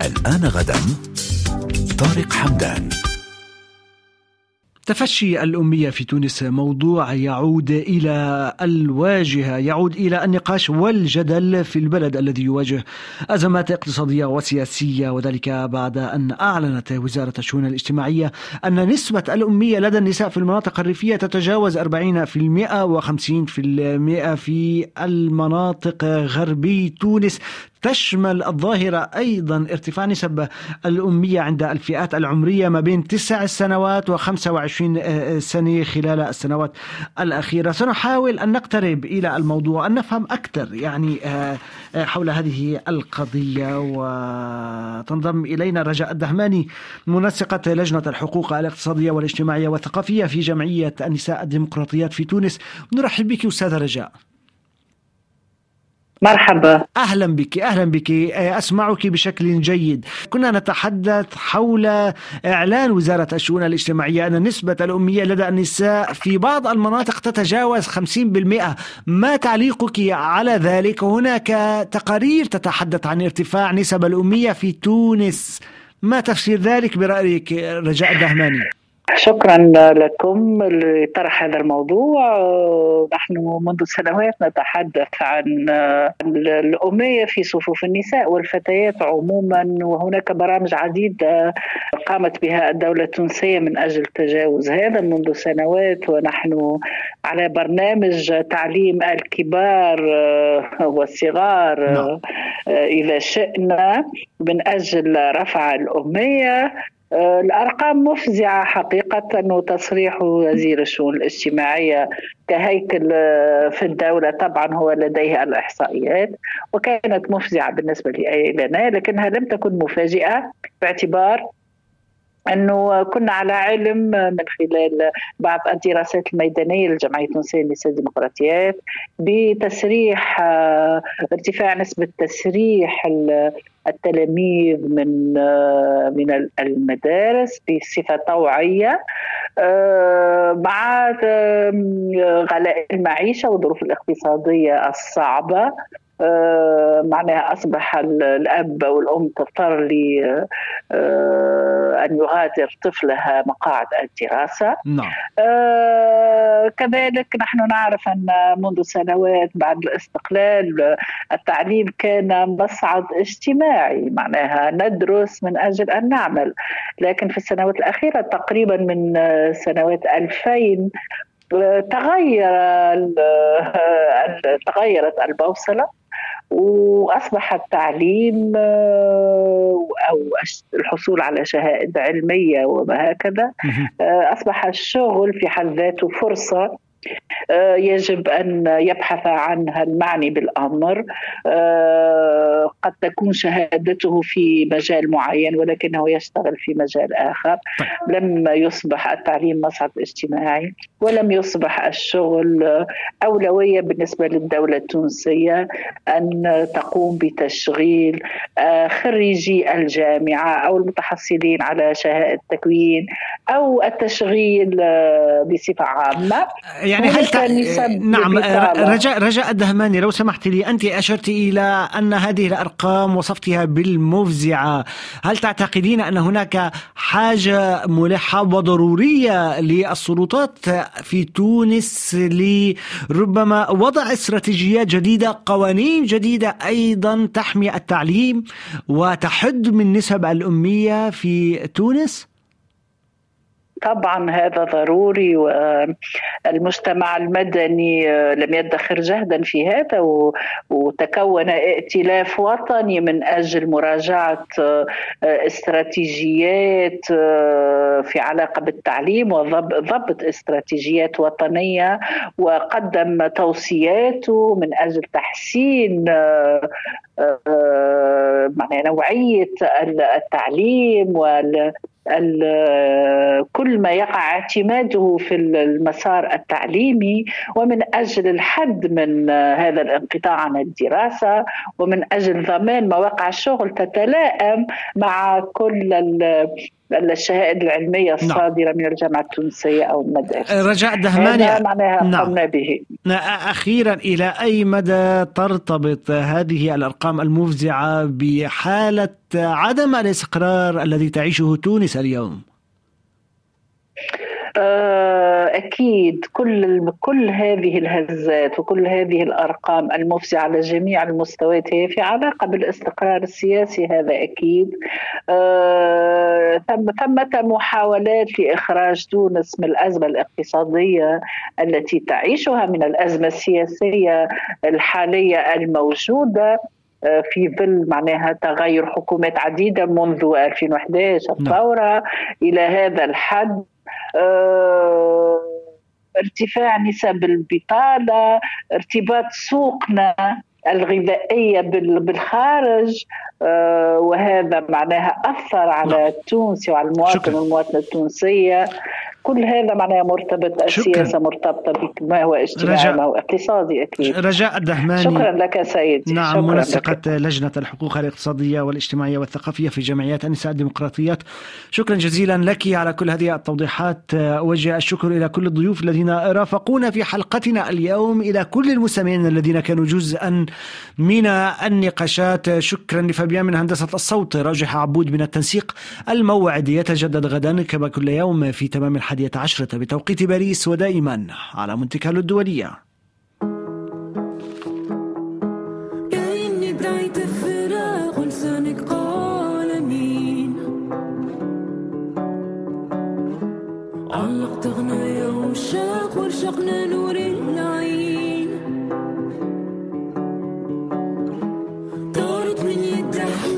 الآن غدا طارق حمدان. تفشي الأمية في تونس موضوع يعود إلى الواجهة، يعود إلى النقاش والجدل في البلد الذي يواجه أزمات اقتصادية وسياسية، وذلك بعد أن أعلنت وزارة الشؤون الاجتماعية أن نسبة الأمية لدى النساء في المناطق الريفية تتجاوز 40% و50% في المناطق غربي تونس. تشمل الظاهرة أيضا ارتفاع نسب الأمية عند الفئات العمرية ما بين 9 سنوات و25 سنة خلال السنوات الأخيرة. سنحاول أن نقترب إلى الموضوع، أن نفهم أكثر حول هذه القضية. وتنضم إلينا رجاء الدهماني، منسقة لجنة الحقوق الاقتصادية والاجتماعية والثقافية في جمعية النساء الديمقراطيات في تونس. نرحب بك أستاذة رجاء. مرحبا. أهلا بك. أسمعك بشكل جيد. كنا نتحدث حول إعلان وزارة الشؤون الاجتماعية أن نسبة الأمية لدى النساء في بعض المناطق تتجاوز 50%. ما تعليقك على ذلك؟ هناك تقارير تتحدث عن ارتفاع نسب الأمية في تونس، ما تفسير ذلك برأيك رجاء الدهماني؟ شكرا لكم لطرح هذا الموضوع. نحن منذ سنوات نتحدث عن الأمية في صفوف النساء والفتيات عموما، وهناك برامج عديدة قامت بها الدولة التونسية من أجل تجاوز هذا منذ سنوات. ونحن على برنامج تعليم الكبار والصغار إذا شئنا من أجل رفع الأمية. الأرقام مفزعة حقيقة، وتصريح وزير الشؤون الاجتماعية كهيكل في الدولة طبعا هو لديه الإحصائيات، وكانت مفزعة بالنسبة لنا، لكنها لم تكن مفاجئة باعتبار أنه كنا على علم من خلال بعض الدراسات الميدانية للجمعية التونسية للنساء الديمقراطيات بتسريح ارتفاع نسبة تسريح التلاميذ من المدارس بصفة طوعية مع غلاء المعيشة والظروف الاقتصادية الصعبة. معناها أصبح الأب أو الأم تضطر أن يغادر طفلها مقاعد الدراسة. نعم. كذلك نحن نعرف أن منذ سنوات بعد الاستقلال التعليم كان مصعد اجتماعي، معناها ندرس من أجل أن نعمل، لكن في السنوات الأخيرة تقريبا من سنوات 2000 تغيرت البوصلة، وأصبح التعليم أو الحصول على شهادة علمية وما هكذا أصبح الشغل في حد ذاته فرصة يجب أن يبحث عنها المعني بالأمر. قد تكون شهادته في مجال معين ولكنه يشتغل في مجال آخر. لم يصبح التعليم مصعد اجتماعي، ولم يصبح الشغل أولوية بالنسبة للدولة التونسية أن تقوم بتشغيل خريجي الجامعة أو المتحصلين على شهادة تكوين أو التشغيل بصفة عامة. يعني نعم. رجاء الدهماني، لو سمحت لي، أنت أشرت إلى أن هذه الأرقام وصفتها بالمفزعة. هل تعتقدين أن هناك حاجة ملحة وضرورية للسلطات في تونس لربما وضع استراتيجيات جديدة، قوانين جديدة أيضا تحمي التعليم وتحد من نسب الأمية في تونس؟ طبعا هذا ضروري، والمجتمع المدني لم يدخر جهدا في هذا، وتكون ائتلاف وطني من أجل مراجعة استراتيجيات في علاقة بالتعليم وضبط استراتيجيات وطنية، وقدم توصياته من أجل تحسين نوعية التعليم كل ما يقع اعتماده في المسار التعليمي، ومن أجل الحد من هذا الانقطاع عن الدراسة، ومن أجل ضمان مواقع الشغل تتلائم مع كل الشهائد العلمية الصادرة من الجامعة التونسية أو المدارس. رجاء دهماني، هذا معناها قمنا به. أخيرا، إلى أي مدى ترتبط هذه الأرقام المفزعة بحالة عدم الاستقرار الذي تعيشه تونس اليوم؟ أكيد كل هذه الهزات وكل هذه الأرقام المفزعة على جميع المستويات هي في علاقة بالاستقرار السياسي، هذا أكيد. ثمة محاولات لإخراج تونس من الأزمة الاقتصادية التي تعيشها من الأزمة السياسية الحالية الموجودة في ظل معناها تغير حكومات عديدة منذ 2011 الثورة إلى هذا الحد. ارتفاع نسب البطالة، ارتباط سوقنا الغذائية بالخارج، وهذا معناها أثر على التونسي وعلى المواطن والمواطنة التونسية. كل هذا معناها مرتبط، السياسة مرتبطة بما هو اجتماعي وما هو اقتصادي أكيد. رجاء الدهماني، شكرا لك سيدي. نعم، منسقة لجنة الحقوق الاقتصادية والاجتماعية والثقافية في جمعيات النساء الديمقراطيات، شكرا جزيلا لك على كل هذه التوضيحات. أوجه الشكر إلى كل الضيوف الذين رافقونا في حلقتنا اليوم، إلى كل المستمعين الذين كانوا جزءا من النقاشات. شكرا لفابيان من هندسة الصوت، راجح عبود من التنسيق. الموعد يتجدد غدا كما كل يوم في تمام 11 بتوقيت باريس، ودائما على منتكال الدولية. كأني دعيت الفراق ولسانك قال مين، علقت غنايا وشاق ورشقنا نور العين، طارت من يد